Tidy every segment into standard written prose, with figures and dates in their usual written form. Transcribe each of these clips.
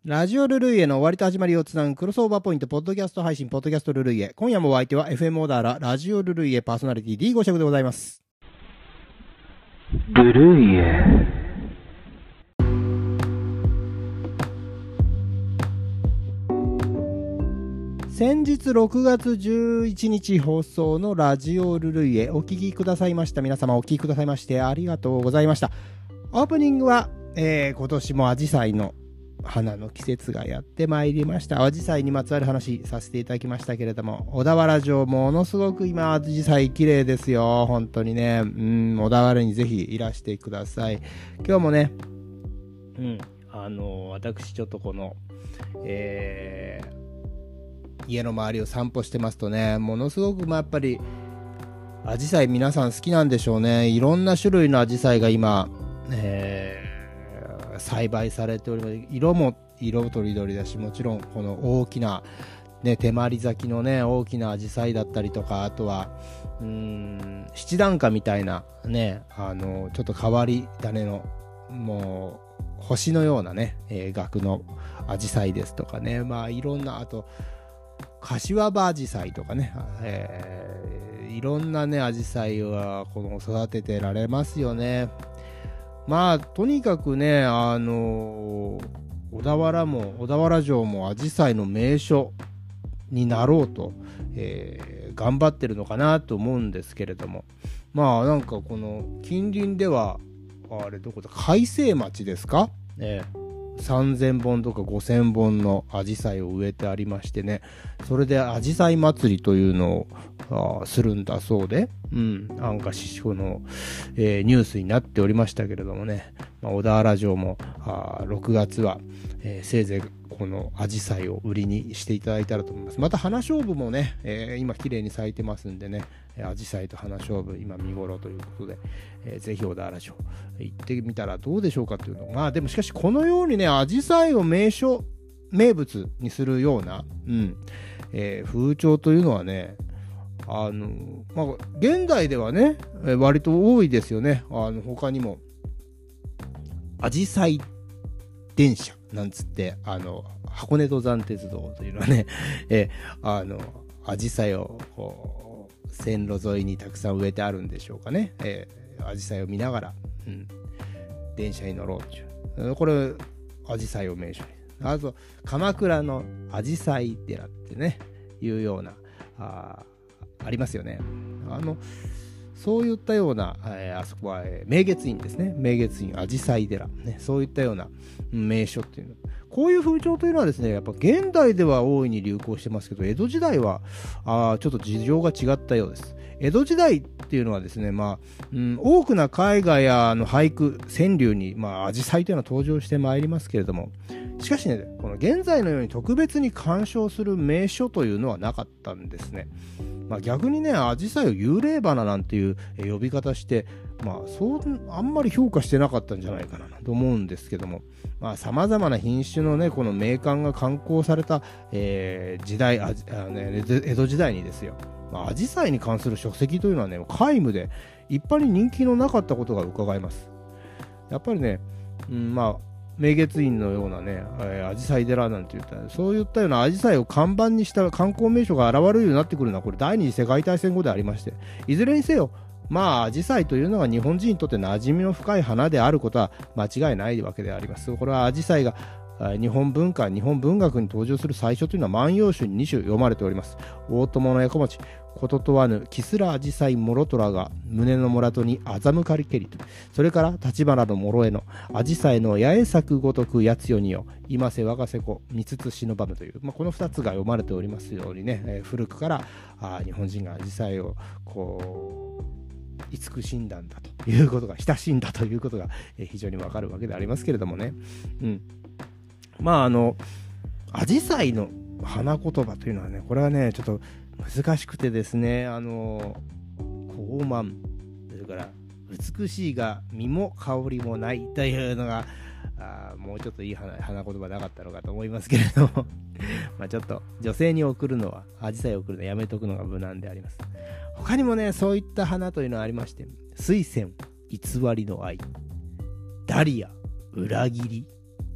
ラジオルルイエの終わりと始まりをつなぐクロスオーバーポイントポッドキャスト配信ポッドキャストルルイエ。今夜もお相手は FM オーダーらラジオルルイエパーソナリティ D 五尺でございます。 ルルイエ。 先日6月11日放送のラジオルルイエお聞きくださいました皆様、お聞きくださいましてありがとうございました。オープニングは、今年もアジサイの花の季節がやってまいりました。アジサイにまつわる話させていただきましたけれども、小田原城ものすごく今アジサイ綺麗ですよ。本当にね、小田原にぜひいらしてください。今日もね、私ちょっとこの、家の周りを散歩してますとね、ものすごくやっぱりアジサイ皆さん好きなんでしょうね。いろんな種類のアジサイが今、栽培されております。色も色とりどりだし、もちろんこの大きな、ね、手まり咲きのね大きなアジサイだったりとか、あとは七段花みたいなね、ちょっと変わり種のもう星のようなね、額のアジサイですとかね、いろんな、あと柏葉アジサイとかね、いろんなねアジサイはこの育ててられますよね。とにかくね、小田原城もアジサイの名所になろうと、頑張ってるのかなと思うんですけれども、なんかこの近隣ではあれどこだ、海西町ですか、3000本とか5000本のアジサイを植えてありましてね、それでアジサイ祭りというのをするんだそうで、なんかこの、ニュースになっておりましたけれどもね、小田原城も6月は、せいぜいこのアジサイを売りにしていただいたらと思います。また花菖蒲もね、今綺麗に咲いてますんでね、アジサイと花菖蒲今見頃ということで、ぜひ小田原城行ってみたらどうでしょうかというの。でもしかしこのようにねアジサイを名物にするような、風潮というのはね、現代ではね、割と多いですよね。他にもアジサイ電車なんつって、箱根登山鉄道というのはね、アジサイをこう線路沿いにたくさん植えてあるんでしょうかね。アジサイを見ながら、電車に乗ろうという、これアジサイを名所に、あと鎌倉のアジサイ寺ってねいうようなありますよね。そういったような、あそこは、明月院ですね。明月院アジサイ寺、ね、そういったような名所っていうの、こういう風潮というのはですね、やっぱ現代では大いに流行してますけど、江戸時代はちょっと事情が違ったようです。江戸時代っていうのはですね、多くな絵画や俳句、川柳にアジサイというのは登場してまいりますけれども、しかしね、この現在のように特別に鑑賞する名所というのはなかったんですね。逆にね、アジサイを幽霊花なんていう呼び方して、あんまり評価してなかったんじゃないかなと思うんですけども、様々な品種のね、この名鑑が刊行された、時代、江戸時代にですよ、アジサイに関する書籍というのはね、皆無で一般に人気のなかったことが伺えます。やっぱりね、明月院のようなね、アジサイ寺なんて言ったら、そういったようなアジサイを看板にした観光名所が現れるようになってくるのは、これ第二次世界大戦後でありまして、いずれにせよ、アジサイというのが日本人にとって馴染みの深い花であることは間違いないわけであります。これはアジサイが日本文化、日本文学に登場する最初というのは万葉集に2種読まれております。大友のやこもち、こととわぬキスラアジサイモロトラが胸のもらとにあざむかりけりと、それから立花のもろえのアジサイの八重咲くごとくやつよによ今せ我がせこ見つつしのばむという、この2つが読まれておりますようにね、古くから日本人がアジサイをこう慈しんだんだということが、親しんだということが非常にわかるわけでありますけれどもね。アジサイの花言葉というのはね、これはねちょっと難しくてですね、高慢、それから美しいが身も香りもないというのがもうちょっといい花言葉なかったのかと思いますけれどもちょっと女性に贈るのは、アジサイを贈るのはやめとくのが無難であります。他にもね、そういった花というのはありまして、水仙、偽りの愛、ダリア、裏切り、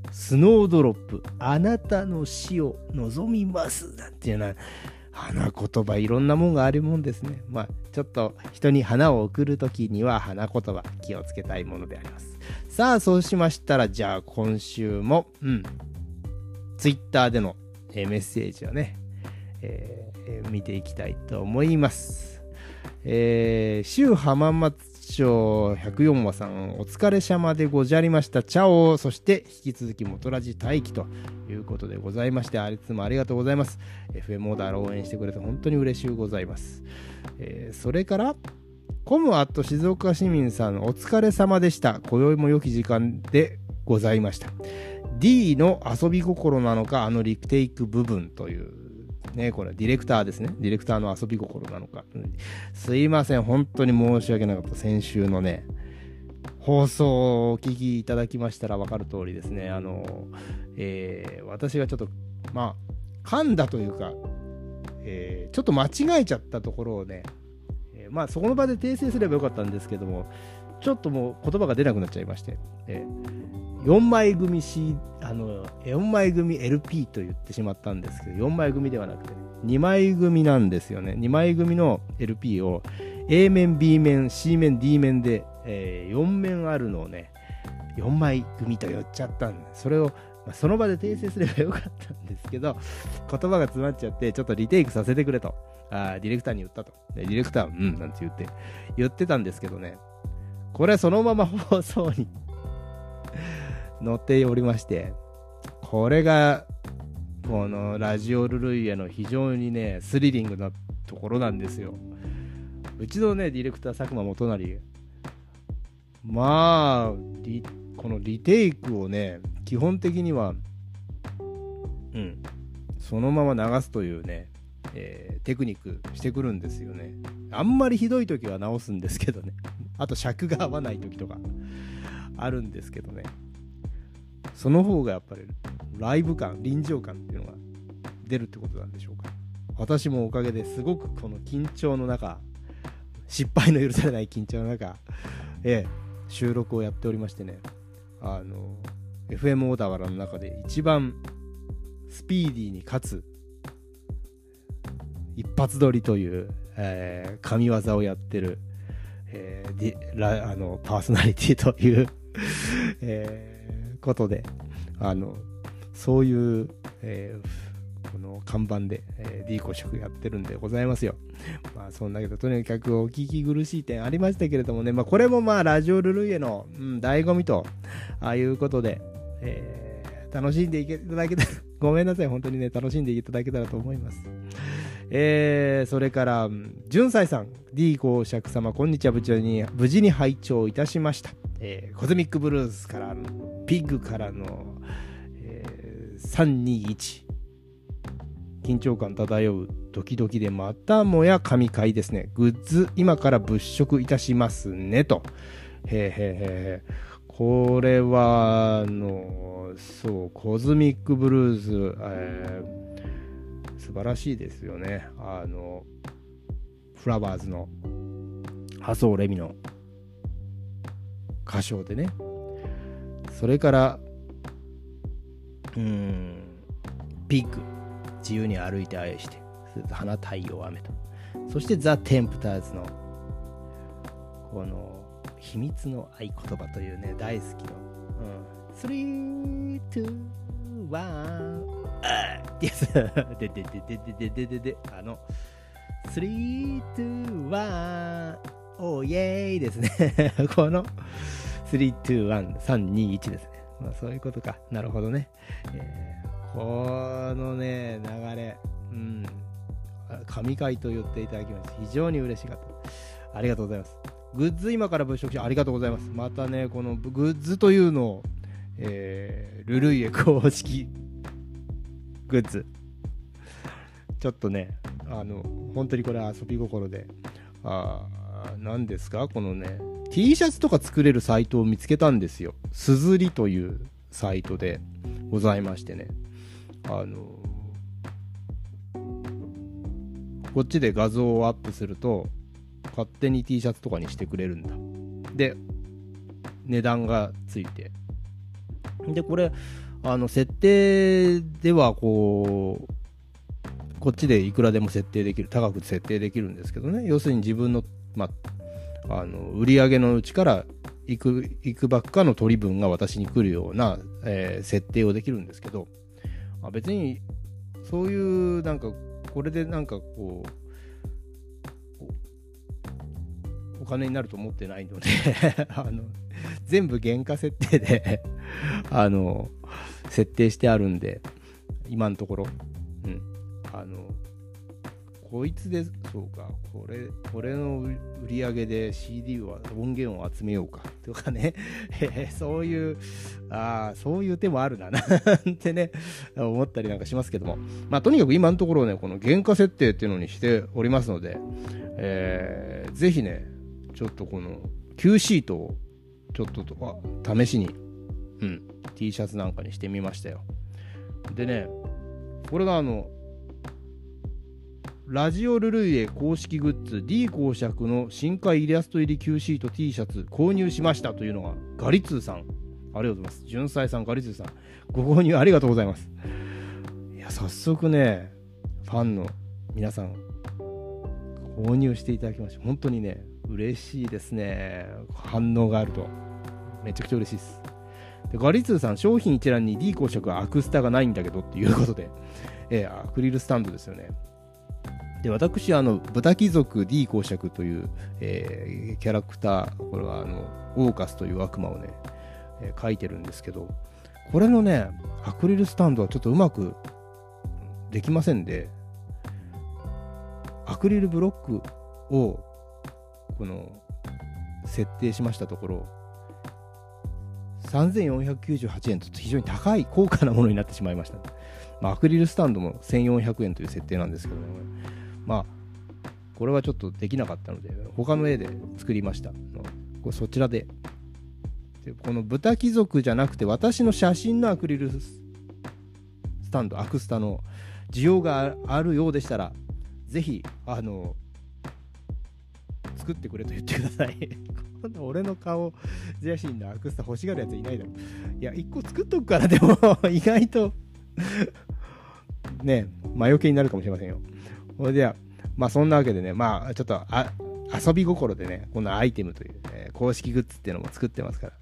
スノードロップ、あなたの死を望みますなんていうのは花言葉、いろんなもんがあるもんですね。まあちょっと人に花を贈るときには花言葉気をつけたいものであります。さあそうしましたら、じゃあ今週もツイッターでのメッセージをね、見ていきたいと思います。州浜松町104話さん、お疲れ様でござりました。チャオ。そして引き続き元ラジ待機ということでございまして、いつもありがとうございます。FM オーダーを応援してくれて本当に嬉しゅうございます。それからコムアット静岡市民さん、お疲れ様でした。今宵も良き時間でございました。D の遊び心なのか、リテイク部分というね、これディレクターですね。ディレクターの遊び心なのか。すいません。本当に申し訳なかった。先週のね、放送をお聞きいただきましたら分かる通りですね。私がちょっと、噛んだというか、ちょっと間違えちゃったところをね、そこの場で訂正すればよかったんですけども、ちょっともう言葉が出なくなっちゃいまして、4枚組4枚組 LP と言ってしまったんですけど、4枚組ではなくて2枚組なんですよね。2枚組の LP を A 面 B 面 C 面 D 面で、4面あるのをね4枚組と言っちゃったんで、それを、その場で訂正すればよかったんですけど、言葉が詰まっちゃってちょっとリテイクさせてくれとディレクターに言ったと。でディレクターはなんて言ってたんですけどね、これそのまま放送に載っておりまして、これがこのラジオルルイエの非常にねスリリングなところなんですよ。うちのねディレクター佐久間元成、このリテイクをね基本的にはそのまま流すというね、テクニックしてくるんですよね。あんまりひどい時は直すんですけどね、あと尺が合わない時とかあるんですけどね、その方がやっぱりライブ感、臨場感っていうのが出るってことなんでしょうか。私もおかげですごくこの緊張の中、失敗の許されない緊張の中、収録をやっておりましてね、FM 小田原の中で一番スピーディーにかつ一発撮りという、神業をやってる、パーソナリティという、ことでそういう、この看板で、D 公職やってるんでございますよ。そんだけどとにかくお聞き苦しい点ありましたけれどもね、これもラジオルルイエの、醍醐味ということで、楽しんでいただけたらごめんなさい、本当にね楽しんでいただけたらと思います。それから純斎さん、 D 公爵様こんにちは、無事に拝聴いたしました。コズミックブルースからピッグからの、321、緊張感漂うドキドキでまたもや神回ですね。グッズ今から物色いたしますねと。これはそうコズミックブルーズ、素晴らしいですよね。フラワーズの麻生レミの歌唱でね、それからピッグ自由に歩いて愛して花太陽雨と、そしてザ・テンプターズのこの秘密の合言葉というね大好きの、3、2、1ってやつで3、2、1おーイエーイですねこの3、2、1、3、2、1ですね。そういうことか。なるほどね。このね、流れ、神回と言っていただきまして、非常に嬉しかった。ありがとうございます。グッズ今から物色し、ありがとうございます。またね、このグッズというのを、ルルイエ公式グッズ。ちょっとね、本当にこれ遊び心で、何ですかこのね、T シャツとか作れるサイトを見つけたんですよ。すずりというサイトでございましてね、こっちで画像をアップすると勝手に T シャツとかにしてくれるんだ。で値段がついて、でこれ設定ではこっちでいくらでも設定できる、高く設定できるんですけどね。要するに自分の、売り上げのうちからいくばっかの取り分が私に来るような、設定をできるんですけど、別にそういうなんかこれでなんかこうお金になると思ってないので全部原価設定で設定してあるんで、今のところ、こいつで、そうか、これの売り上げで CD は音源を集めようかとかねそういう手もあるななんてね思ったりなんかしますけども、とにかく今のところね、この原価設定っていうのにしておりますので、ぜひね、ちょっとこの Q シートをちょっと試しに、T シャツなんかにしてみましたよ。でね、これがラジオルルイエ公式グッズ D 公爵の深海イラスト入り Q シート T シャツ購入しましたというのがガリツーさん、ありがとうございます。純才さん、ガリツーさん、ご購入ありがとうございます。いや、早速ね、ファンの皆さん購入していただきました。本当にね、嬉しいですね。反応があるとめちゃくちゃ嬉しいです。で、ガリツーさん、商品一覧に D 公爵はアクスタがないんだけどっていうことで、アクリルスタンドですよね。で、私豚貴族 D 公爵という、キャラクター、これはオーカスという悪魔をね、描いてるんですけど、これのねアクリルスタンドはちょっとうまくできませんで、アクリルブロックをこの設定しましたところ3498円と非常に高い高価なものになってしまいました。アクリルスタンドも1400円という設定なんですけどね、これはちょっとできなかったので他の絵で作りました。そちらでこの豚貴族じゃなくて私の写真のアクリルスタンド、アクスタの需要があるようでしたらぜひ作ってくれと言ってください今度俺の顔写真のアクスタ欲しがるやついないだろ。いや、1個作っとくから。でも意外とね、魔除けになるかもしれませんよ。それではそんなわけでね、ちょっと遊び心でね、このアイテムという、公式グッズっていうのも作ってますから、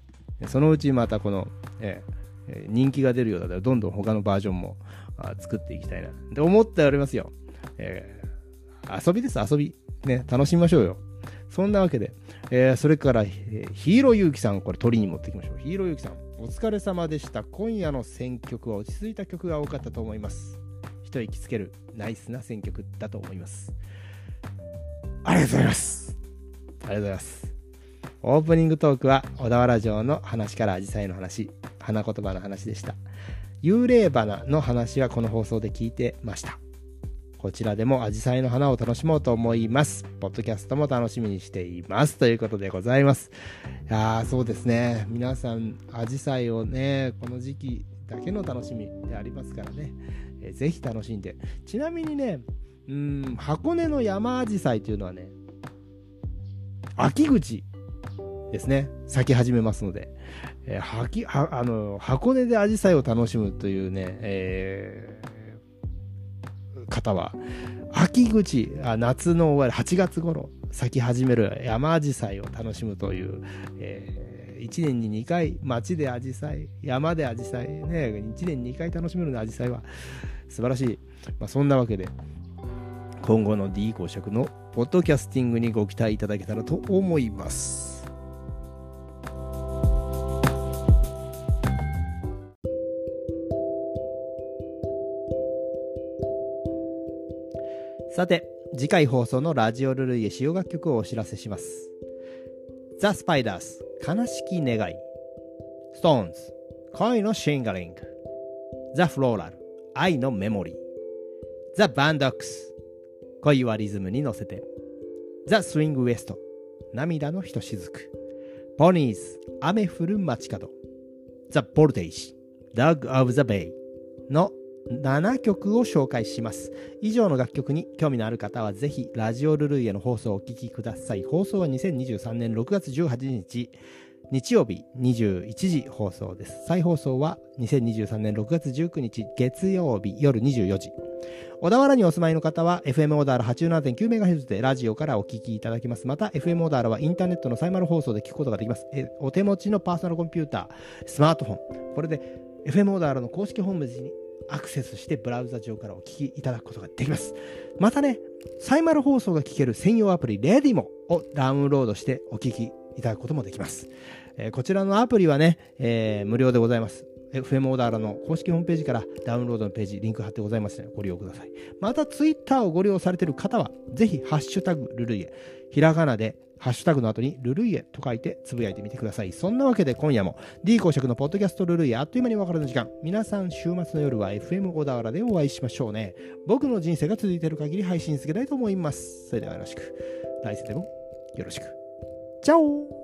そのうちまたこの、人気が出るようだったらどんどん他のバージョンも作っていきたいなって思っておりますよ。遊びです、遊びね、楽しみましょうよ。そんなわけで、それから、ヒーローゆうきさん、これ鳥に持ってきましょう。ヒーローゆうきさん、お疲れ様でした。今夜の選曲は落ち着いた曲が多かったと思います。一息つけるナイスな選曲だと思います。ありがとうございます。ありがとうございます。オープニングトークは小田原城の話からアジサイの話、花言葉の話でした。幽霊花の話はこの放送で聞いてました。こちらでもアジサイの花を楽しもうと思います。ポッドキャストも楽しみにしていますということでございます。いやー、そうですね、皆さんアジサイをね、この時期だけの楽しみでありますからね、ぜひ楽しんで。ちなみにね、箱根の山アジサイというのはね、秋口ですね、咲き始めますので、箱根でアジサイを楽しむというね、方は秋口、夏の終わり8月頃咲き始める山アジサイを楽しむという、1年に2回街でアジサイ、山でアジサイね、1年に2回楽しめるのアジサイは素晴らしい。そんなわけで今後の D 公爵のポッドキャスティングにご期待いただけたらと思います。さて、次回放送のラジオルルイエ使用楽曲をお知らせします。ザ・スパイダース、悲しき願い。ストーンズ、恋のシンガリング。ザ・フローラル、愛のメモリー。ザ・バンドックス、恋はリズムに乗せて。ザ・スイングウエスト、涙のひとしずく。ポニーズ、雨降る街角。ザ・ボルテージ、ダッグ・オブ・ザ・ベイの7曲を紹介します。以上の楽曲に興味のある方はぜひラジオルルイエの放送をお聞きください。放送は2023年6月18日日曜日21時放送です。再放送は2023年6月19日月曜日夜24時。小田原にお住まいの方は FM 小田原 87.9MHz でラジオからお聞きいただけます。また FM 小田原はインターネットのサイマル放送で聞くことができます。お手持ちのパーソナルコンピューター、スマートフォン、これで FM 小田原の公式ホームページにアクセスしてブラウザ上からお聞きいただくことができます。またね、サイマル放送が聞ける専用アプリレディモをダウンロードしてお聞きいただくこともできます。こちらのアプリはね、無料でございます。FM 小田原の公式ホームページからダウンロードのページ、リンク貼ってございますのでご利用ください。またツイッターをご利用されている方は、ぜひハッシュタグルルイエ、ひらがなでハッシュタグの後にルルイエと書いてつぶやいてみてください。そんなわけで今夜も D 公爵のポッドキャストルルイエ、あっという間にお別れの時間。皆さん週末の夜は FM 小田原でお会いしましょうね。僕の人生が続いている限り配信続けたいと思います。それではよろしく。来世でもよろしく。チャオ。